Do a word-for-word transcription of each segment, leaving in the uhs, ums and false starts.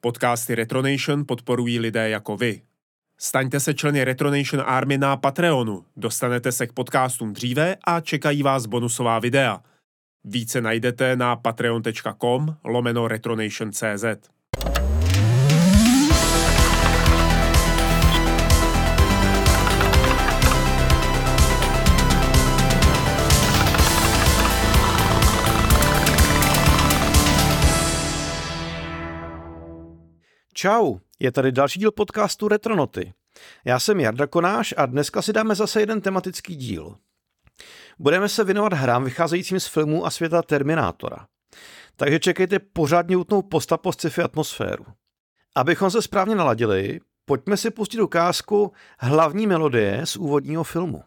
Podcasty Retronation podporují lidé jako vy. Staňte se členy Retronation Army na Patreonu, dostanete se k podcastům dříve a čekají vás bonusová videa. Více najdete na patreon.com lomeno retronation.cz. Čau, je tady další díl podcastu Retronoty. Já jsem Jarda Konáš a dneska si dáme zase jeden tematický díl. Budeme se věnovat hrám vycházejícím z filmů a světa Terminátora. Takže čekejte pořádně utnou post-apo sci-fi atmosféru. Abychom se správně naladili, pojďme si pustit ukázku hlavní melodie z úvodního filmu.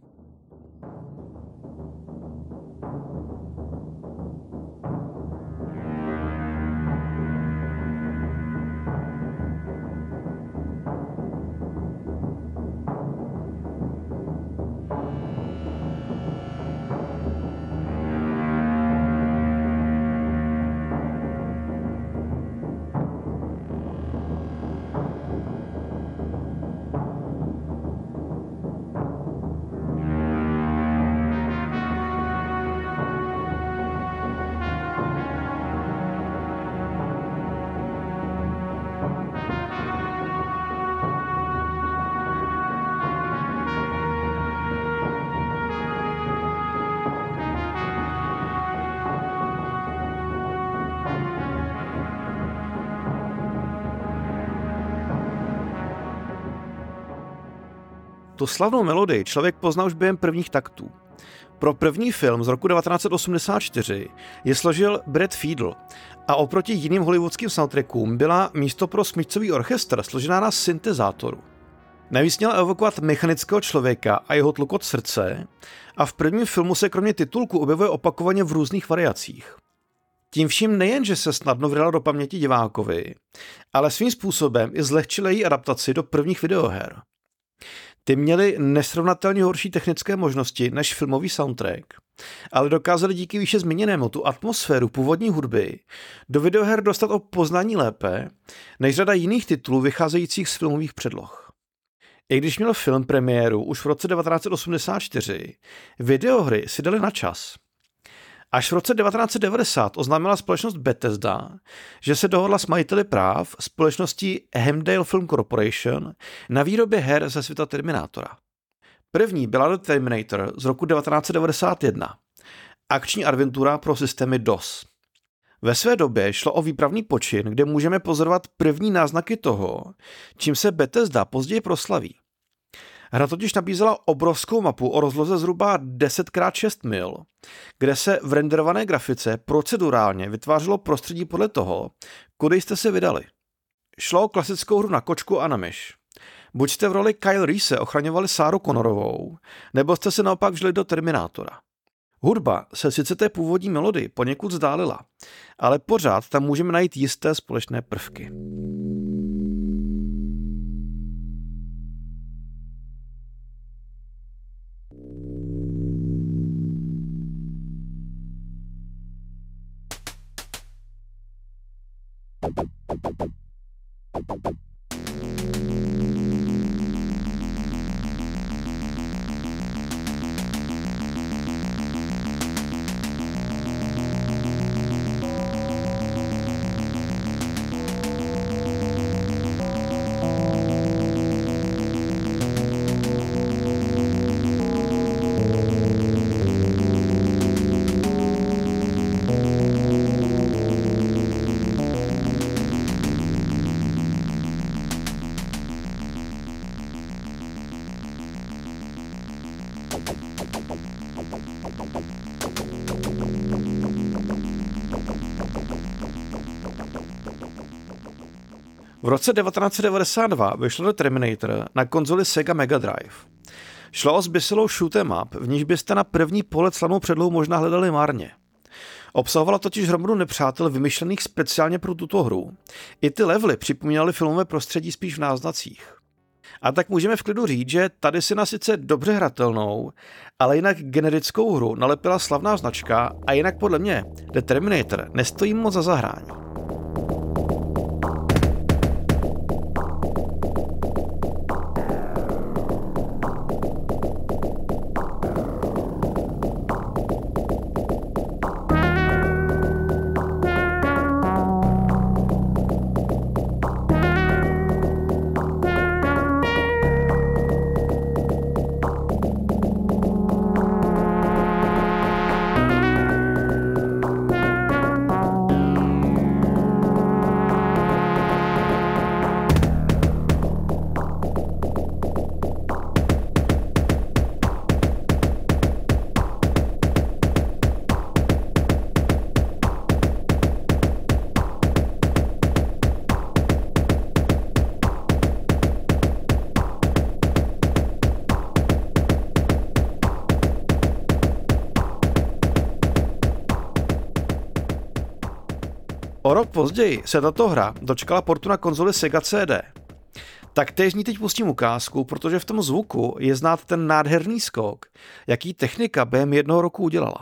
Tu slavnou melodii člověk pozná už během prvních taktů. Pro první film z roku devatenáct set osmdesát čtyři je složil Brad Fiedel a oproti jiným hollywoodským soundtrackům byla místo pro smyčcový orchestr složená na syntezátoru. Navíc měla evokovat mechanického člověka a jeho tlukot srdce a v prvním filmu se kromě titulku objevuje opakovaně v různých variacích. Tím vším nejen, že se snadno vryla do paměti divákovi, ale svým způsobem i zlehčila její adaptaci do prvních videoher. Ty měly nesrovnatelně horší technické možnosti než filmový soundtrack, ale dokázali díky výše zmíněnému tu atmosféru původní hudby do videoher dostat o poznání lépe než řada jiných titulů vycházejících z filmových předloh. I když měl film premiéru už v roce devatenáct set osmdesát čtyři, videohry si dali na čas. Až v roce devatenáct set devadesát oznámila společnost Bethesda, že se dohodla s majiteli práv společností Hemdale Film Corporation na výrobě her ze světa Terminátora. První byla The Terminator z roku devatenáct set devadesát jedna, akční adventura pro systémy DOS. Ve své době šlo o výpravný počin, kde můžeme pozorovat první náznaky toho, čím se Bethesda později proslaví. Hra totiž nabízela obrovskou mapu o rozloze zhruba deset krát šest mil, kde se v renderované grafice procedurálně vytvářelo prostředí podle toho, kudy jste se vydali. Šlo o klasickou hru na kočku a na myš. Buď jste v roli Kyle Reese ochraňovali Sáru Connorovou, nebo jste se naopak vžili do Terminátora. Hudba se sice té původní melodii poněkud vzdálila, ale pořád tam můžeme najít jisté společné prvky. V roce devatenáct set devadesát dva vyšlo do Terminator na konzoli Sega Mega Drive. Šlo o zběsilou shoot 'em up, v níž byste na první pohled slanou předlohu možná hledali marně. Obsahovala totiž hromadu nepřátel vymyšlených speciálně pro tuto hru. I ty levely připomínaly filmové prostředí spíš v náznacích. A tak můžeme v klidu říct, že tady si na sice dobře hratelnou, ale jinak generickou hru nalepila slavná značka a jinak podle mě The Terminator nestojí moc za zahrání. O rok později se tato hra dočkala portu na konzoli Sega C D. Tak též z ní teď pustím ukázku, protože v tom zvuku je znát ten nádherný skok, jaký technika během jednoho roku udělala.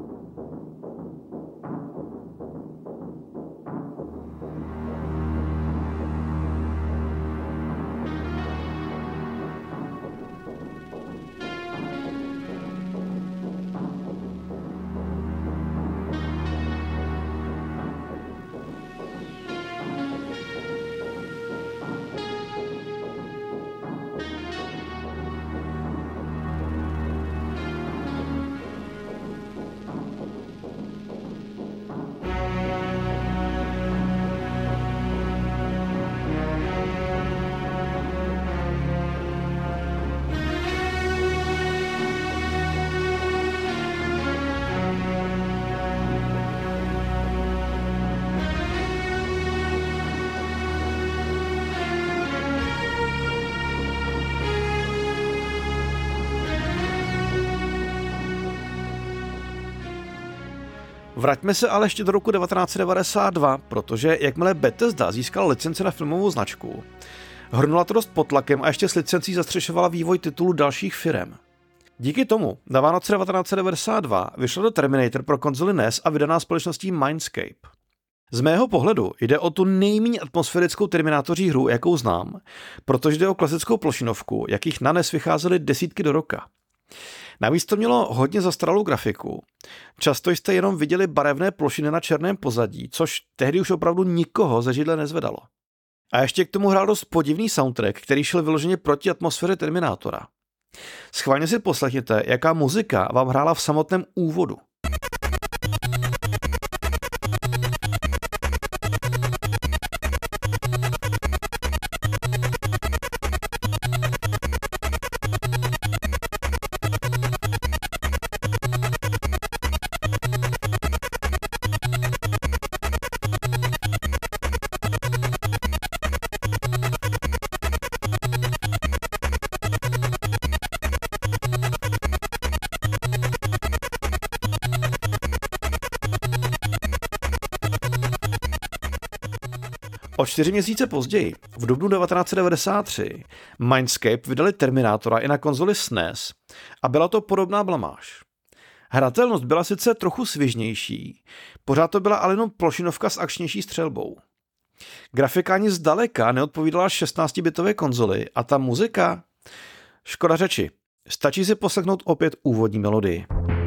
Vraťme se ale ještě do roku devatenáct set devadesát dva, protože jakmile Bethesda získala licenci na filmovou značku, hrnula to dost pod tlakem a ještě s licencí zastřešovala vývoj titulů dalších firem. Díky tomu na Vánoce devatenáct set devadesát dva vyšel do Terminator pro konzoli N E S a vydaná společností Mindscape. Z mého pohledu jde o tu nejméně atmosférickou terminátoří hru, jakou znám, protože jde o klasickou plošinovku, jakých na N E S vycházely desítky do roka. Navíc to mělo hodně zastaralou grafiku. Často jste jenom viděli barevné plošiny na černém pozadí, což tehdy už opravdu nikoho ze židle nezvedalo. A ještě k tomu hrál dost podivný soundtrack, který šel vyloženě proti atmosféře Terminátora. Schválně si poslechněte, jaká muzika vám hrála v samotném úvodu. O čtyři měsíce později, v dubnu devatenáct set devadesát tři, Mindscape vydali Terminátora i na konzoli S N E S a byla to podobná blamáž. Hratelnost byla sice trochu svižnější, pořád to byla ale jenom plošinovka s akčnější střelbou. Grafika ani zdaleka neodpovídala šestnáctibitové konzoli a ta muzika? Škoda řeči, stačí si poslechnout opět úvodní melodii.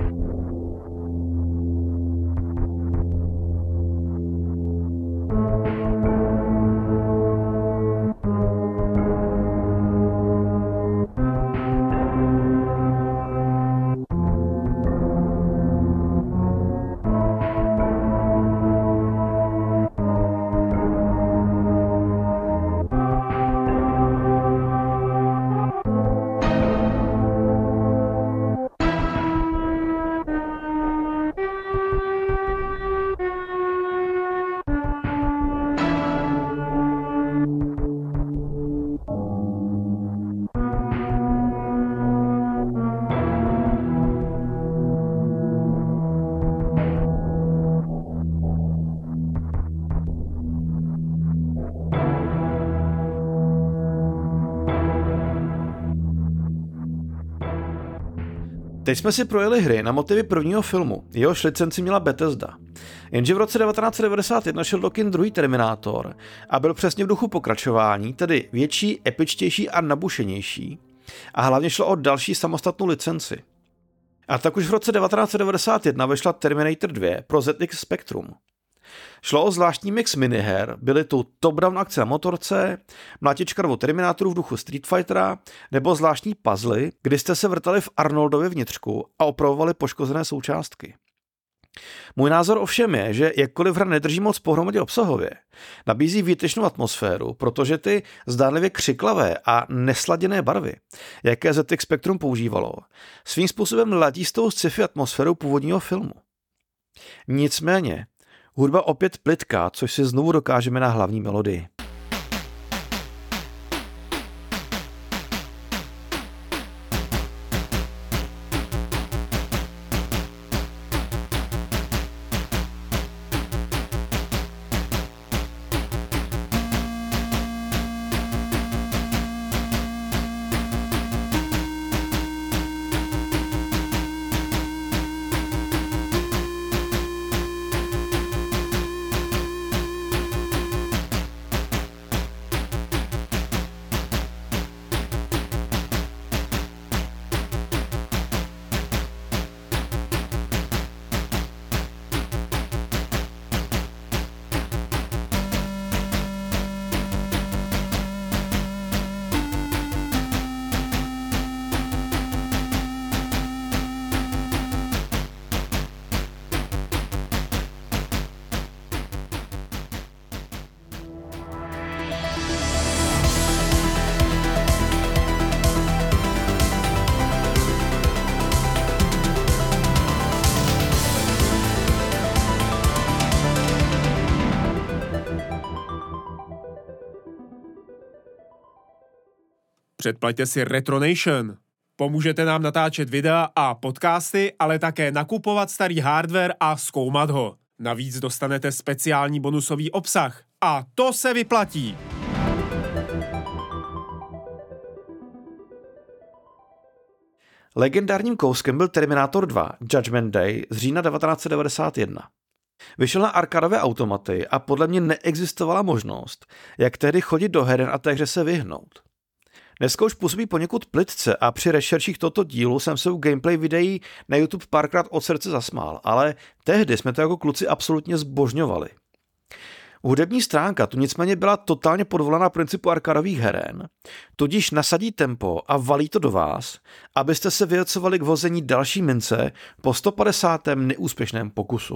Teď jsme si projeli hry na motivy prvního filmu, jehož licenci měla Bethesda. Jenže v roce devatenáct set devadesát jedna šel do kin druhý Terminátor a byl přesně v duchu pokračování, tedy větší, epičtější a nabušenější. A hlavně šlo o další samostatnou licenci. A tak už v roce devatenáct set devadesát jedna vyšla Terminator dva pro Z X Spectrum. Šlo o zvláštní mix miniher, byly tu top-down akce na motorce, mlátička dvou Terminátorů v duchu Street Fightera nebo zvláštní puzzly, kdy jste se vrtali v Arnoldově vnitřku a opravovali poškozené součástky. Můj názor ovšem je, že jakkoliv hra nedrží moc pohromadě obsahově, nabízí výtečnou atmosféru, protože ty zdánlivě křiklavé a nesladěné barvy, jaké Z X Spectrum používalo, svým způsobem ladí s tou sci-fi atmosférou původního filmu. Nicméně, hudba opět plitká, což si znovu dokážeme na hlavní melodii. Předplaťte si Retronation. Pomůžete nám natáčet videa a podcasty, ale také nakupovat starý hardware a zkoumat ho. Navíc dostanete speciální bonusový obsah. A to se vyplatí! Legendárním kouskem byl Terminator dva Judgment Day z října devatenáct set devadesát jedna. Vyšel na arkadové automaty a podle mě neexistovala možnost, jak tehdy chodit do heren a té hře se vyhnout. Dneska už působí poněkud plytce a při rešerších tohoto dílu jsem se u gameplay videí na YouTube párkrát od srdce zasmál, ale tehdy jsme to jako kluci absolutně zbožňovali. Hudební stránka tu nicméně byla totálně podvolaná principu arkadových heren, tudíž nasadí tempo a valí to do vás, abyste se vyjecovali k vození další mince po sto padesátém neúspěšném pokusu.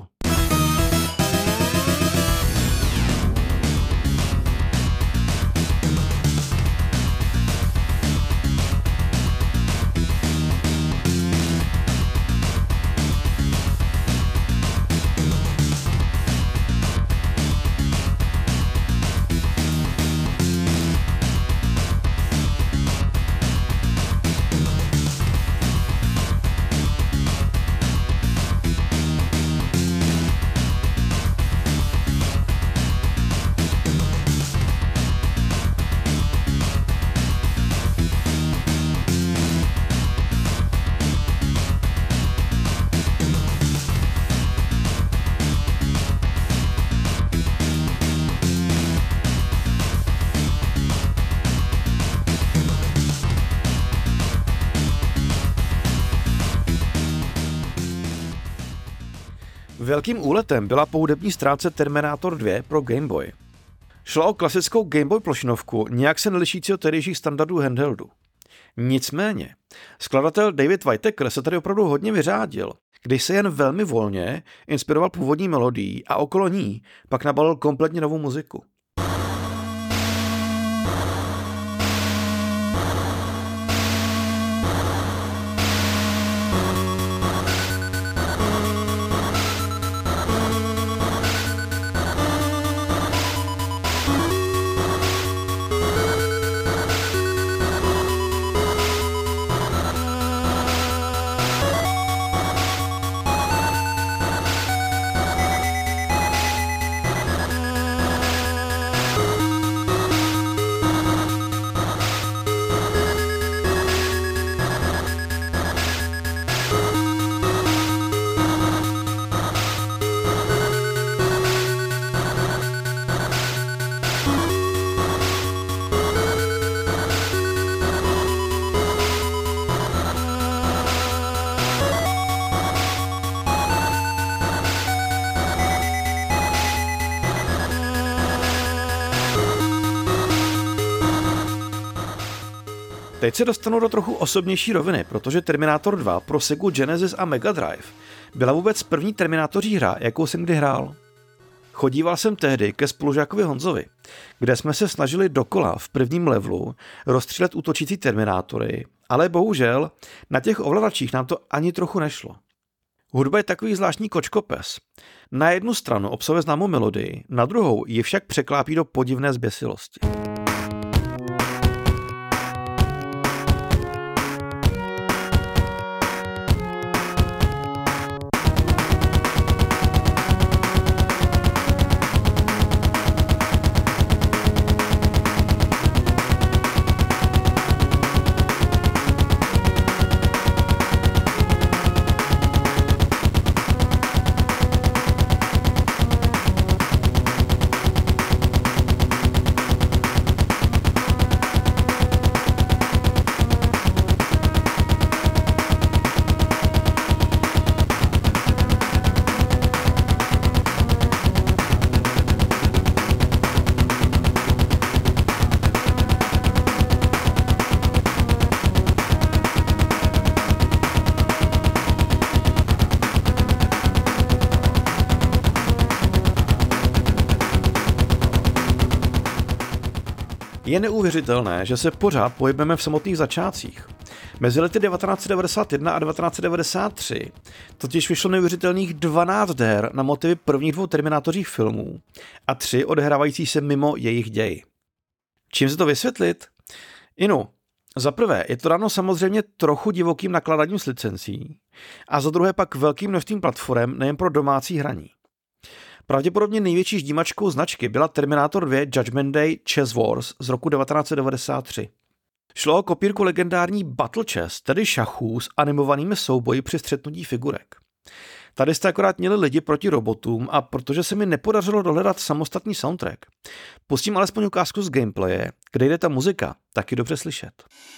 Velkým úletem byla po hudební stránce Terminator dva pro Game Boy. Šlo o klasickou Game Boy plošinovku, nějak se nelišící od tehdejších standardů handheldu. Nicméně, skladatel David Whittaker se tady opravdu hodně vyřádil, když se jen velmi volně inspiroval původní melodií a okolo ní pak nabalil kompletně novou muziku. Teď se dostanu do trochu osobnější roviny, protože Terminator dva pro Segu Genesis a Mega Drive byla vůbec první Terminátoří hra, jakou jsem kdy hrál. Chodíval jsem tehdy ke spolužákovi Honzovi, kde jsme se snažili dokola v prvním levelu rozstřílet útočící Terminátory, ale bohužel na těch ovladačích nám to ani trochu nešlo. Hudba je takový zvláštní kočkopes. Na jednu stranu obsahuje známou melodii, na druhou ji však překlápí do podivné zběsilosti. Je neuvěřitelné, že se pořád pohybujeme v samotných začátcích. Mezi lety devatenáct set devadesát jedna a devatenáct set devadesát tři totiž vyšlo neuvěřitelných dvanáct her na motivy prvních dvou Terminátořích filmů a tři odehrávající se mimo jejich děj. Čím se to vysvětlit? Inu, Za prvé je to dáno samozřejmě trochu divokým nakládáním s licencí a za druhé pak velkým množstvím platform nejen pro domácí hraní. Pravděpodobně největší ždímačkou značky byla Terminator dva Judgment Day Chess Wars z roku devatenáct set devadesát tři. Šlo o kopírku legendární Battle Chess, tedy šachů s animovanými souboji při střetnutí figurek. Tady jste akorát měli lidi proti robotům a protože se mi nepodařilo dohledat samostatný soundtrack, pustím alespoň ukázku z gameplaye, kde jde ta muzika taky dobře slyšet.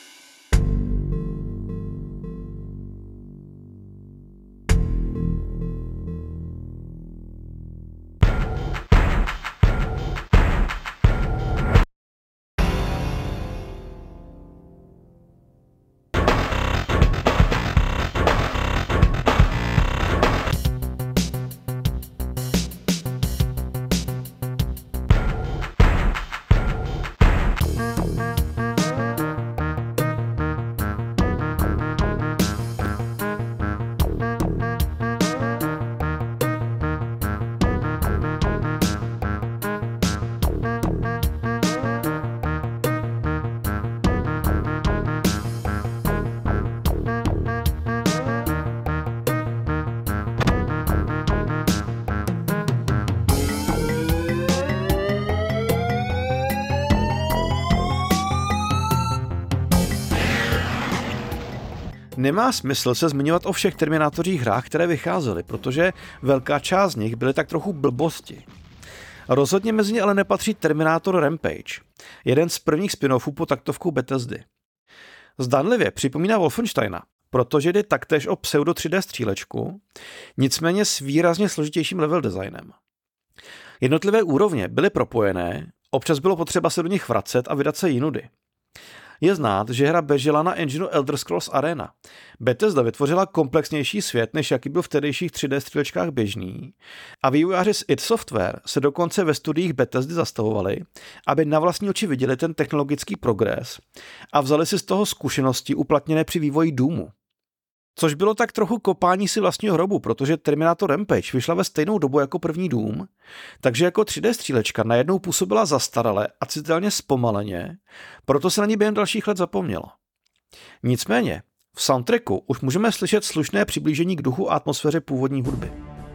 Nemá smysl se zmiňovat o všech Terminátorích hrách, které vycházely, protože velká část z nich byly tak trochu blbosti. Rozhodně mezi ně ale nepatří Terminator Rampage, jeden z prvních spin-offů po taktovku Bethesdy. Zdánlivě připomíná Wolfensteina, protože jde taktéž o pseudo tři dé střílečku, nicméně s výrazně složitějším level designem. Jednotlivé úrovně byly propojené, občas bylo potřeba se do nich vracet a vydat se jinudy. Je znát, že hra běžela na engineu Elder Scrolls Arena. Bethesda vytvořila komplexnější svět, než jaký byl v tehdejších tři dé střílečkách běžný, a vývojáři z id Software se dokonce ve studiích Bethesdy zastavovali, aby na vlastní oči viděli ten technologický progres a vzali si z toho zkušenosti uplatněné při vývoji Doomu. Což bylo tak trochu kopání si vlastního hrobu, protože Terminator Rampage vyšla ve stejnou dobu jako první Doom, takže jako tři dé střílečka najednou působila zastarale a citelně zpomaleně, proto se na ní během dalších let zapomnělo. Nicméně, v soundtracku už můžeme slyšet slušné přiblížení k duchu a atmosféře původní hudby.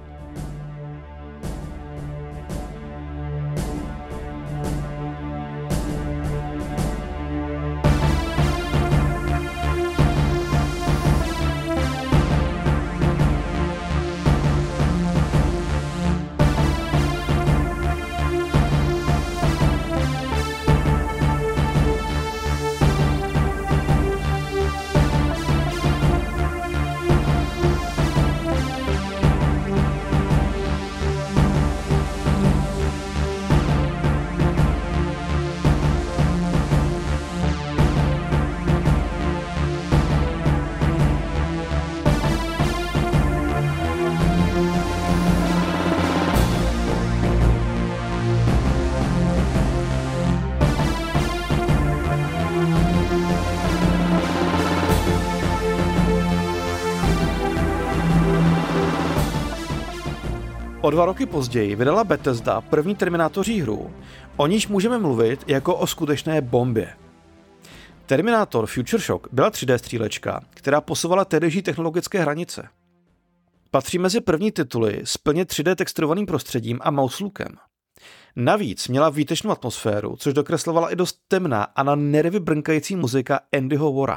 O dva roky později vydala Bethesda první Terminátoří hru, o níž můžeme mluvit jako o skutečné bombě. Terminator Future Shock byla tři dé střílečka, která posouvala tehdejší technologické hranice. Patří mezi první tituly s plně tři dé texturovaným prostředím a mouse lookem. Navíc měla výtečnou atmosféru, což dokreslovala i dost temná a na nervy brnkající muzika Andyho Warra.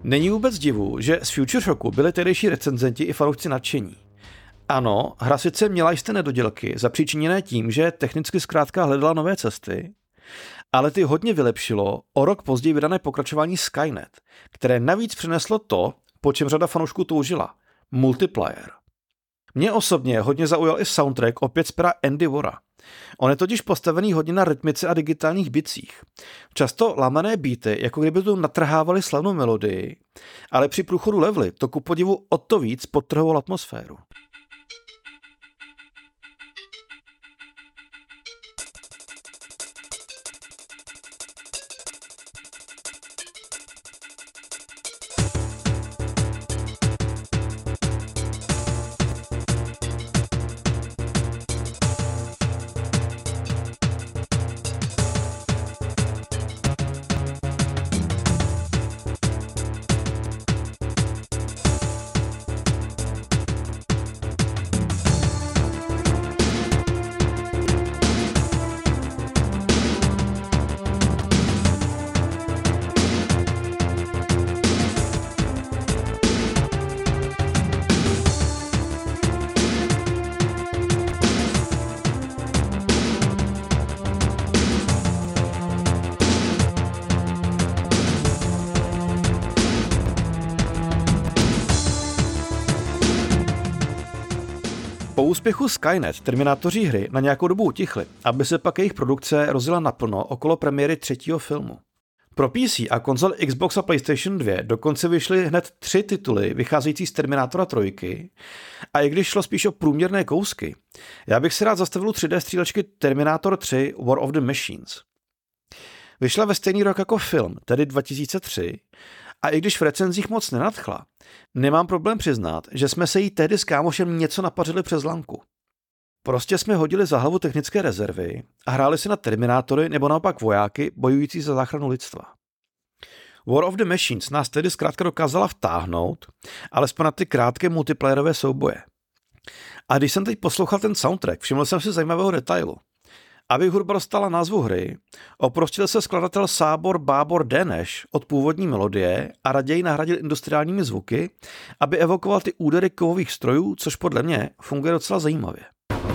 Není vůbec divu, že z Future Shocku byli tehdejší recenzenti i fanoušci nadšení. Ano, hra sice měla jisté nedodělky, zapříčiněné tím, že technicky zkrátka hledala nové cesty, ale ty hodně vylepšilo o rok později vydané pokračování Skynet, které navíc přineslo to, po čem řada fanoušků toužila – multiplayer. Mě osobně hodně zaujal i soundtrack opět z pera Andy Warra. On je totiž postavený hodně na rytmice a digitálních bicích. Často lamané beaty, jako kdyby tu natrhávali slavnou melodii, ale při průchodu levely to ku podivu o to víc podtrhovalo atmosféru. Po úspěchu Skynet terminátoři hry na nějakou dobu utichli, aby se pak jejich produkce rozjela naplno okolo premiéry třetího filmu. Pro P C a konzol Xbox a PlayStation dva dokonce vyšly hned tři tituly vycházející z Terminátora tři a i když šlo spíš o průměrné kousky, já bych si rád zastavil tři dé střílečky Terminator tři War of the Machines. Vyšla ve stejný rok jako film, tedy dva tisíce tři, a i když v recenzích moc nenadchla, nemám problém přiznat, že jsme se jí tehdy s kámošem něco napařili přes lanku. Prostě jsme hodili za hlavu technické rezervy a hráli si na Terminátory nebo naopak vojáky bojující za záchranu lidstva. War of the Machines nás tedy zkrátka dokázala vtáhnout, alespoň na ty krátké multiplayerové souboje. A když jsem teď poslouchal ten soundtrack, všiml jsem si zajímavého detailu. Aby hudba dostala názvu hry, oprostil se skladatel Sábor Bábor Deneš od původní melodie a raději nahradil industriálními zvuky, aby evokoval ty údery kovových strojů, což podle mě funguje docela zajímavě.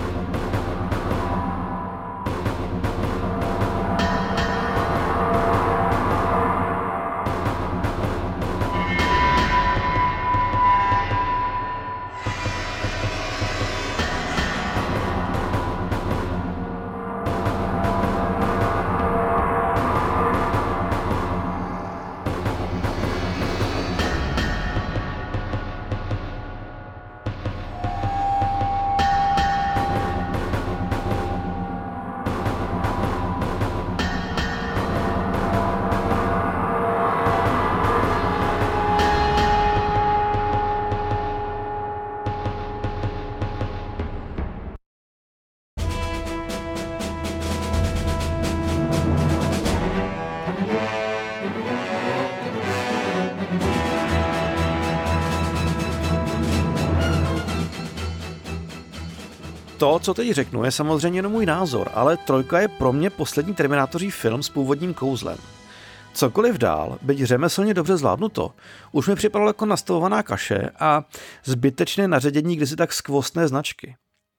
To, co teď řeknu, je samozřejmě jenom můj názor, ale trojka je pro mě poslední Terminátoří film s původním kouzlem. Cokoliv dál, byť řemeslně dobře zvládnuto, už mi připadalo jako nastavovaná kaše a zbytečné naředění kdysi tak skvostné značky.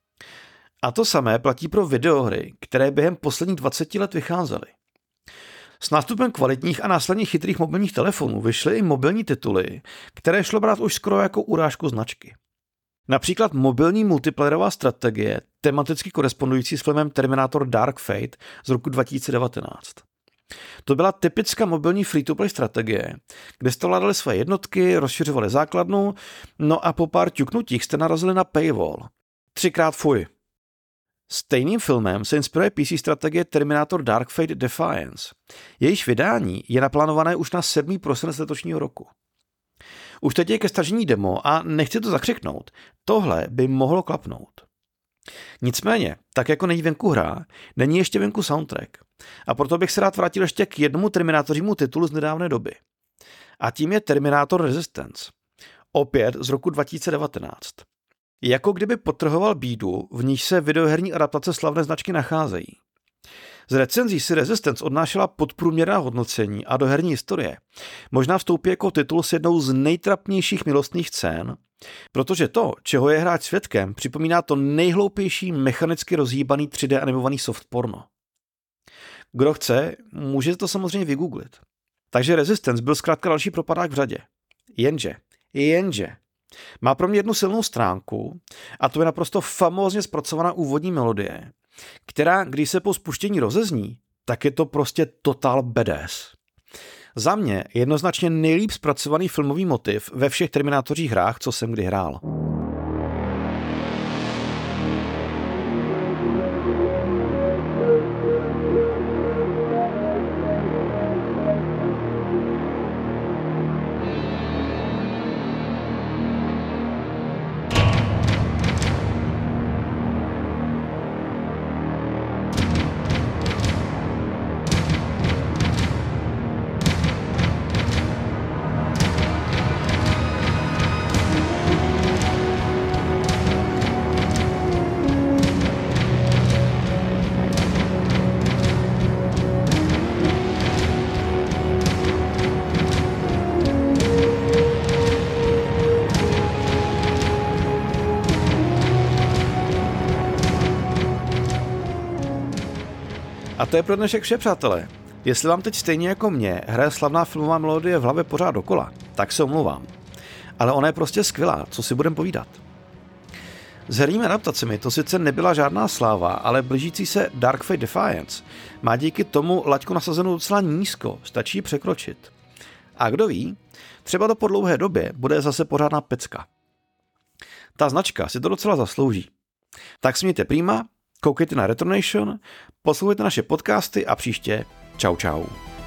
A to samé platí pro videohry, které během posledních dvaceti let vycházely. S nástupem kvalitních a následně chytrých mobilních telefonů vyšly i mobilní tituly, které šlo brát už skoro jako urážku značky. Například mobilní multiplayerová strategie, tematicky korespondující s filmem Terminator Dark Fate z roku dva tisíce devatenáct. To byla typická mobilní free-to-play strategie, kde jste ovládali své jednotky, rozšiřovali základnu, no a po pár ťuknutích jste narazili na paywall. Třikrát fuj. Stejným filmem se inspiruje P C strategie Terminator Dark Fate Defiance. Jejíž vydání je naplánované už na sedmý prosinec letošního roku. Už teď je ke stažení demo a nechci to zakřiknout, tohle by mohlo klapnout. Nicméně, tak jako není venku hra, není ještě venku soundtrack. A proto bych se rád vrátil ještě k jednomu terminátořímu titulu z nedávné doby. A tím je Terminator Resistance. Opět z roku dva tisíce devatenáct. Jako kdyby podtrhoval bídu, v níž se videoherní adaptace slavné značky nacházejí. Z recenzí si Resistance odnášela podprůměrná hodnocení a do herní historie možná vstoupí jako titul s jednou z nejtrapnějších milostných scén, protože to, čeho je hráč svědkem, připomíná to nejhloupější mechanicky rozhýbaný tři dé animovaný soft porno. Kdo chce, může to samozřejmě vygooglit. Takže Resistance byl zkrátka další propadák v řadě. Jenže, jenže, má pro mě jednu silnou stránku a to je naprosto famózně zpracovaná úvodní melodie, která, když se po spuštění rozezní, tak je to prostě total badass. Za mě jednoznačně nejlíp zpracovaný filmový motiv ve všech Terminátorích hrách, co jsem kdy hrál. A to je pro dnešek vše, přátelé. Jestli vám teď stejně jako mě hraje slavná filmová melodie v hlavě pořád dokola, tak se omlouvám. Ale ona je prostě skvělá, co si budem povídat. S herními adaptacemi to sice nebyla žádná sláva, ale blížící se Dark Fate Defiance má díky tomu laťku nasazenou docela nízko, stačí překročit. A kdo ví, třeba to po dlouhé době bude zase pořádná pecka. Ta značka si to docela zaslouží. Tak si mějte prima, koukejte na Retronation, poslouchejte naše podcasty a příště čau čau.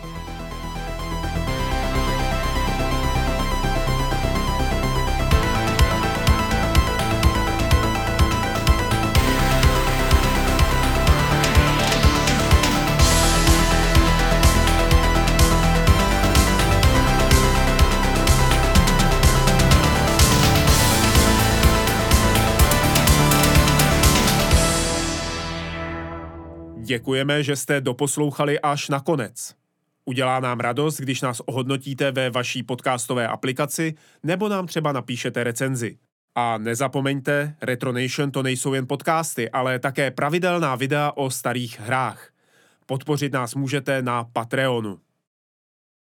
Děkujeme, že jste doposlouchali až na konec. Udělá nám radost, když nás ohodnotíte ve vaší podcastové aplikaci nebo nám třeba napíšete recenzi. A nezapomeňte, Retronation to nejsou jen podcasty, ale také pravidelná videa o starých hrách. Podpořit nás můžete na Patreonu.